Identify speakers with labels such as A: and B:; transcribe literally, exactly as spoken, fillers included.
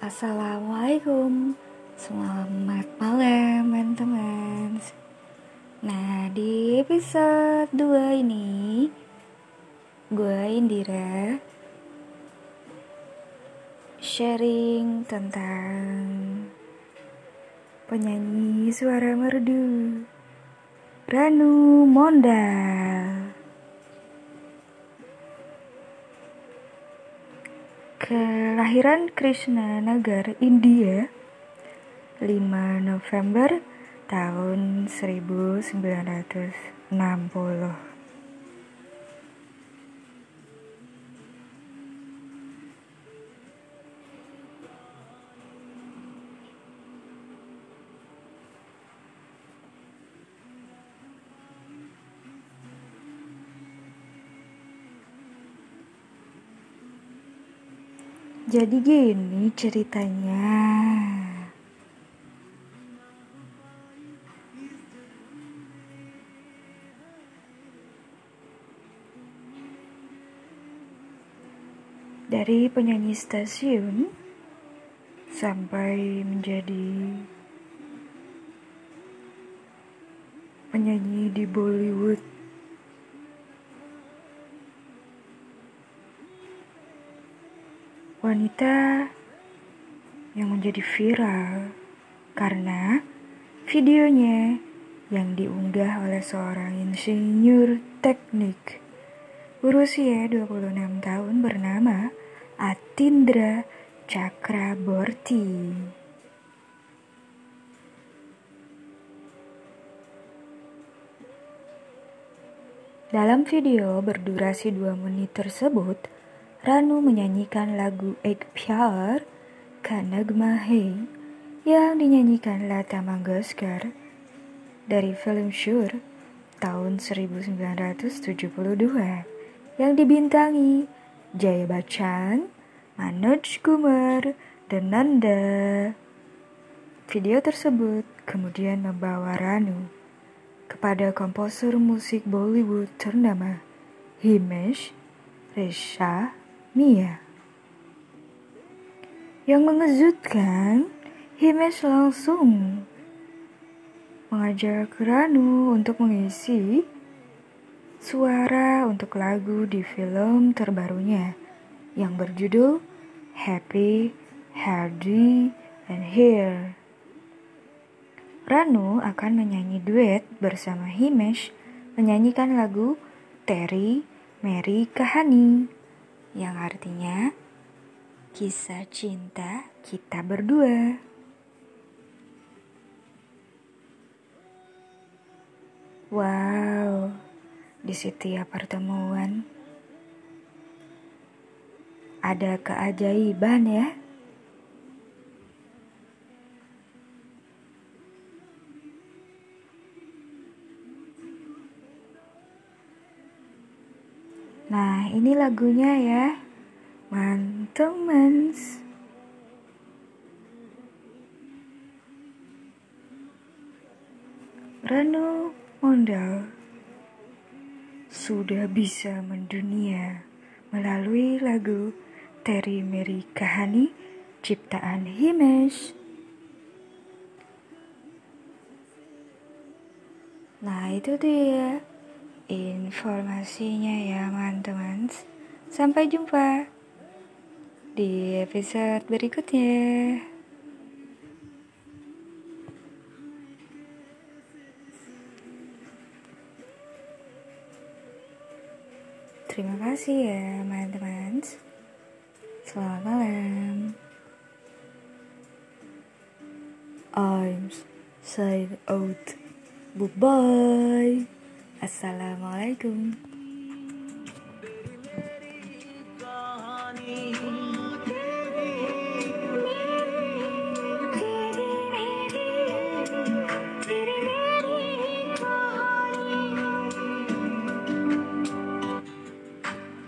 A: Assalamualaikum, selamat malam teman-teman. Nah, di episode dua ini gue Indira sharing tentang penyanyi suara merdu Ranu Mondal. Kelahiran Krishna Nagar, India, lima November tahun seribu sembilan ratus enam puluh. Jadi gini ceritanya. Dari penyanyi stasiun sampai menjadi penyanyi di Bollywood. Wanita yang menjadi viral karena videonya yang diunggah oleh seorang insinyur teknik berusia dua puluh enam tahun bernama Atindra Chakraborty. Dalam video berdurasi dua menit tersebut, Ranu menyanyikan lagu Ek Pyar Ka Nagma Hai yang dinyanyikan Lata Mangeshkar dari film Sure tahun seribu sembilan ratus tujuh puluh dua yang dibintangi Jaya Bachchan, Manoj Kumar, dan Nanda. Video tersebut kemudian membawa Ranu kepada komposer musik Bollywood ternama Himesh Reshammiya. Yang mengejutkan, Himesh langsung mengajak Ranu untuk mengisi suara untuk lagu di film terbarunya yang berjudul Happy, Healthy, and Here. Ranu akan menyanyi duet bersama Himesh menyanyikan lagu Teri Meri Kahani yang artinya kisah cinta kita berdua. Wow, di setiap pertemuan ada keajaiban ya. Nah, ini lagunya ya, teman-teman. Ranu Mondal sudah bisa mendunia melalui lagu Teri Meri Kahani ciptaan Himesh. Nah, itu dia informasinya ya teman-teman. Sampai jumpa di episode berikutnya. Terima kasih ya teman-teman. Selamat malam. I'm sign out. Bye bye. Assalamualaikum.